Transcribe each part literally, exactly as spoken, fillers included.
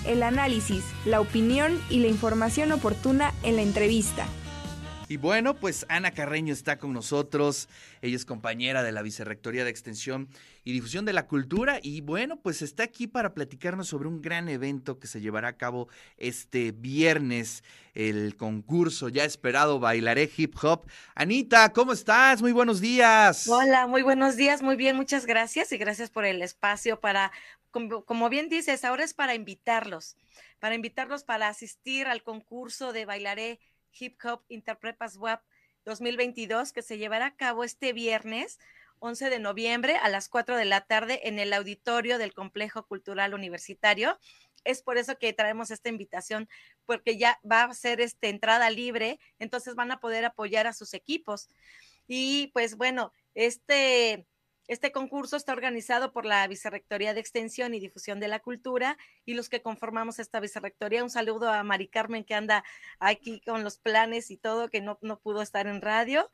el análisis, la opinión y la información oportuna en la entrevista. Y bueno, pues Ana Carreño está con nosotros, ella es compañera de la Vicerrectoría de Extensión y Difusión de la Cultura y bueno, pues está aquí para platicarnos sobre un gran evento que se llevará a cabo este viernes, el concurso ya esperado Bailaré Hip Hop. Anita, ¿cómo estás? Muy buenos días. Hola, muy buenos días, muy bien, muchas gracias y gracias por el espacio para, como, como bien dices, ahora es para invitarlos, para invitarlos para asistir al concurso de Bailaré Hip Hop Interprepas W A P dos mil veintidós que se llevará a cabo este viernes once de noviembre a las cuatro de la tarde en el auditorio del Complejo Cultural Universitario. Es por eso que traemos esta invitación, porque ya va a ser este, entrada libre, entonces van a poder apoyar a sus equipos. Y pues bueno, este, este concurso está organizado por la Vicerrectoría de Extensión y Difusión de la Cultura y los que conformamos esta vicerrectoría. Un saludo a Mari Carmen que anda aquí con los planes y todo, que no, no pudo estar en radio.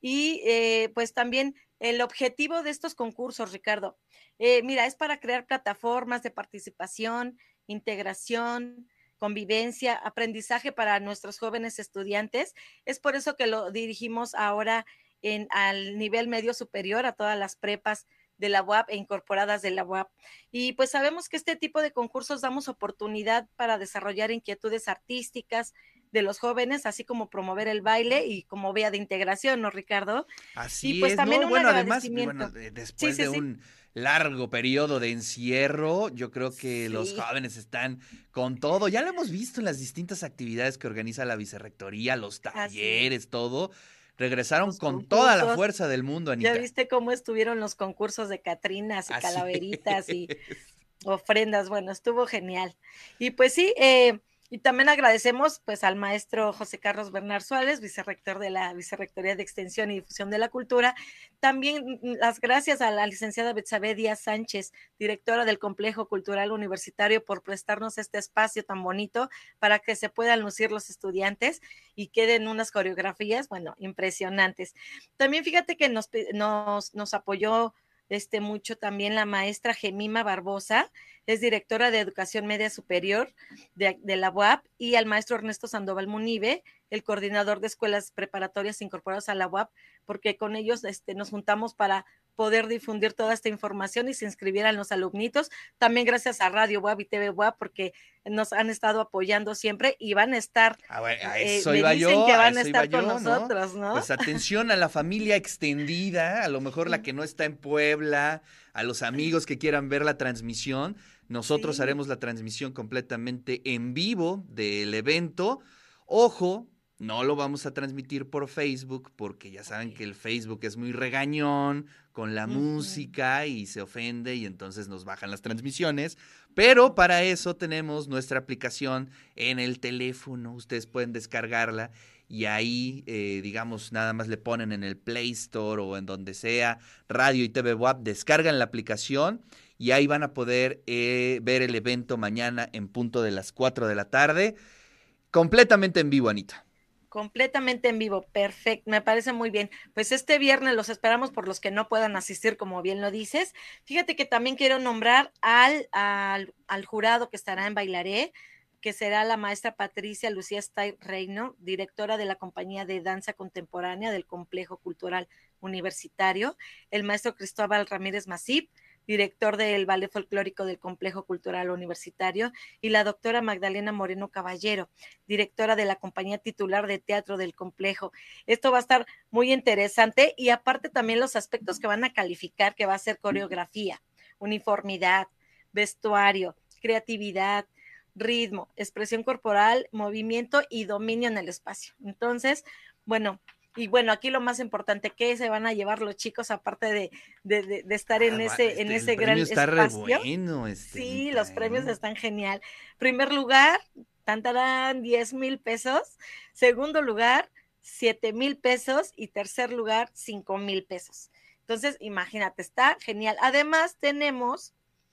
Y eh, pues también el objetivo de estos concursos, Ricardo, eh, mira, es para crear plataformas de participación, integración, convivencia, aprendizaje para nuestros jóvenes estudiantes. Es por eso que lo dirigimos ahora en, al nivel medio superior, a todas las prepas de la U A P e incorporadas de la U A P. Y pues sabemos que este tipo de concursos damos oportunidad para desarrollar inquietudes artísticas de los jóvenes, así como promover el baile y como vía de integración, ¿no, Ricardo? Y Así pues es, ¿no? también un Bueno, además, bueno, agradecimiento. Sí, después sí, de sí. un largo periodo de encierro, yo creo que los Sí, jóvenes están con todo. Ya lo hemos visto en las distintas actividades que organiza la Vicerrectoría, los así es. talleres, todo. Regresaron Los con toda la concursos. fuerza del mundo, ¿Ya Anita. viste cómo estuvieron los concursos de Catrinas y Así calaveritas y es. ofrendas? Bueno, estuvo genial. Y pues sí, eh, y también agradecemos pues al maestro José Carlos Bernard Suárez, vicerrector de la Vicerrectoría de Extensión y Difusión de la Cultura. También las gracias a la licenciada Betsabe Díaz Sánchez, directora del Complejo Cultural Universitario, por prestarnos este espacio tan bonito para que se puedan lucir los estudiantes y queden unas coreografías, bueno, impresionantes. También fíjate que nos, nos, nos apoyó este, mucho también la maestra Gemima Barbosa, es directora de Educación Media Superior de, de la U A P, y al maestro Ernesto Sandoval Munive, el coordinador de escuelas preparatorias incorporadas a la U A P, porque con ellos este, nos juntamos para poder difundir toda esta información y se inscribieran los alumnitos. También gracias a Radio U A P y T V U A P, porque nos han estado apoyando siempre y van a estar, A, ver, a eh, eso me iba dicen yo, que a van a eso iba estar con yo, ¿no? nosotros, ¿no? Pues atención a la familia extendida, a lo mejor la que no está en Puebla, a los amigos que quieran ver la transmisión. Nosotros Sí. haremos la transmisión completamente en vivo del evento. Ojo, no lo vamos a transmitir por Facebook porque ya saben Okay. que el Facebook es muy regañón con la Uh-huh. música y se ofende y entonces nos bajan las transmisiones. Pero para Okay. eso tenemos nuestra aplicación en el teléfono. Ustedes pueden descargarla y ahí, eh, digamos, nada más le ponen en el Play Store o en donde sea, Radio y T V W A P, descargan la aplicación y ahí van a poder eh, ver el evento mañana en punto de las cuatro de la tarde, completamente en vivo, Anita. Completamente en vivo, perfecto, me parece muy bien. Pues este viernes los esperamos por los que no puedan asistir, como bien lo dices. Fíjate que también quiero nombrar al, al, al jurado que estará en Bailaré, que será la maestra Patricia Lucía Stay Reino, directora de la compañía de danza contemporánea del Complejo Cultural Universitario, el maestro Cristóbal Ramírez Masip, director del Ballet Folclórico del Complejo Cultural Universitario, y la doctora Magdalena Moreno Caballero, directora de la compañía titular de teatro del complejo. Esto va a estar muy interesante y aparte también los aspectos que van a calificar, que va a ser coreografía, uniformidad, vestuario, creatividad, ritmo, expresión corporal, movimiento y dominio en el espacio. Entonces, bueno, y bueno, aquí lo más importante, ¿qué se van a llevar los chicos aparte de, de, de, de estar Ah, en va, ese, en este, el ese premio gran está re espacio? bueno, este, Sí, Anita, los premios ¿eh? están genial. Primer lugar, tantarán diez mil pesos. Segundo lugar, siete mil pesos. Y tercer lugar, cinco mil pesos. Entonces, imagínate, está genial. Además, tenemos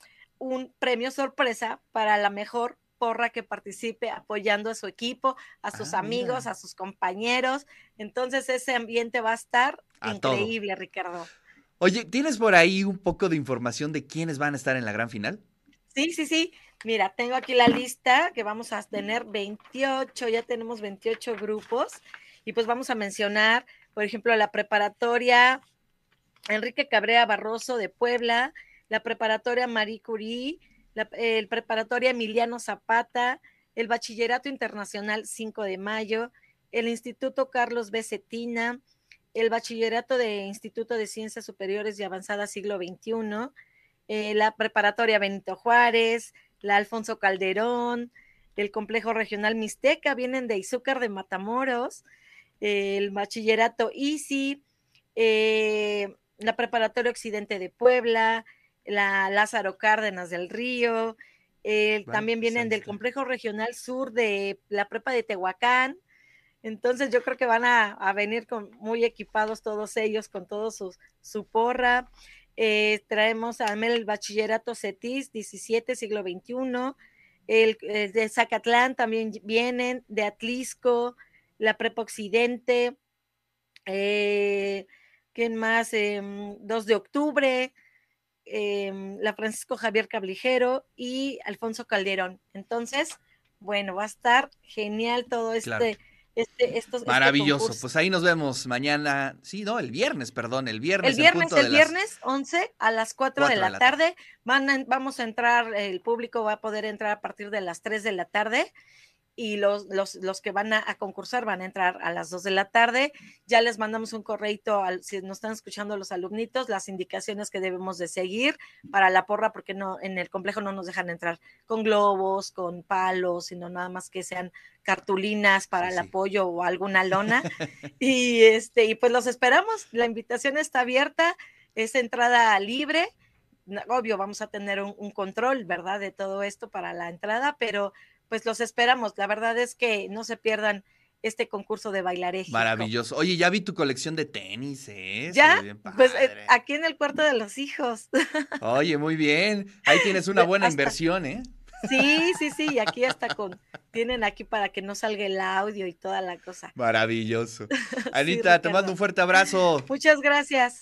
un premio sorpresa para la mejor porra que participe apoyando a su equipo, a sus Ah, amigos, mira, a sus compañeros. Entonces, ese ambiente va a estar a todo. increíble, Ricardo. Oye, ¿tienes por ahí un poco de información de quiénes van a estar en la gran final? Sí, sí, sí. Mira, tengo aquí la lista que vamos a tener veintiocho, ya tenemos veintiocho grupos y pues vamos a mencionar, por ejemplo, la preparatoria Enrique Cabrera Barroso de Puebla, la preparatoria Marie Curie, la el preparatoria Emiliano Zapata, el bachillerato internacional cinco de mayo, el Instituto Carlos B. Cetina, el bachillerato de Instituto de Ciencias Superiores y Avanzadas siglo veintiuno, eh, la preparatoria Benito Juárez, la Alfonso Calderón, el complejo regional Mixteca, vienen de Izúcar de Matamoros, eh, el bachillerato ISI, eh, la preparatoria Occidente de Puebla, la Lázaro Cárdenas del Río, eh, Bueno, también pues ahí vienen del está. complejo regional sur de la prepa de Tehuacán. Entonces yo creo que van a, a venir con, muy equipados todos ellos, con todo su, su porra. Eh, traemos a el bachillerato CETIS, diecisiete, siglo veintiuno, el, el de Zacatlán también vienen, de Atlisco, la Prepa Occidente, eh, ¿quién más? Eh, dos de octubre, eh, la Francisco Javier Cablijero y Alfonso Calderón. Entonces, bueno, va a estar genial todo Claro. este, este, estos, este Maravilloso. concurso. Pues ahí nos vemos mañana. Sí, no, el viernes, perdón, el El viernes en viernes, punto de el las viernes once a las cuatro de cuatro de la la tarde. tarde, van a, vamos a entrar, el público va a poder entrar a partir de las tres de la tarde y los, los, los que van a, a, concursar van a entrar a las dos de la tarde. Ya les mandamos un correito, al, si nos están escuchando los alumnitos, las indicaciones que debemos de seguir para la porra, porque no en el complejo no nos dejan entrar con globos, con palos, sino nada más que sean cartulinas para Sí, el sí. apoyo o alguna lona. y, este, y pues los esperamos. La invitación está abierta, es entrada libre. Obvio, vamos a tener un, un control, ¿verdad? De todo esto para la entrada, pero pues los esperamos. La verdad es que no se pierdan este concurso de bailaré hip hop. Maravilloso. Oye, ya vi tu colección de tenis, ¿eh? Se Ya, ve bien pues eh, padre. aquí en el cuarto de los hijos. Oye, muy bien. Ahí tienes una buena hasta, inversión, ¿eh? sí, sí, sí, y aquí hasta con, tienen aquí para que no salga el audio y toda la cosa. Maravilloso. Sí, Anita, te mando Ricardo. un fuerte abrazo. Muchas gracias.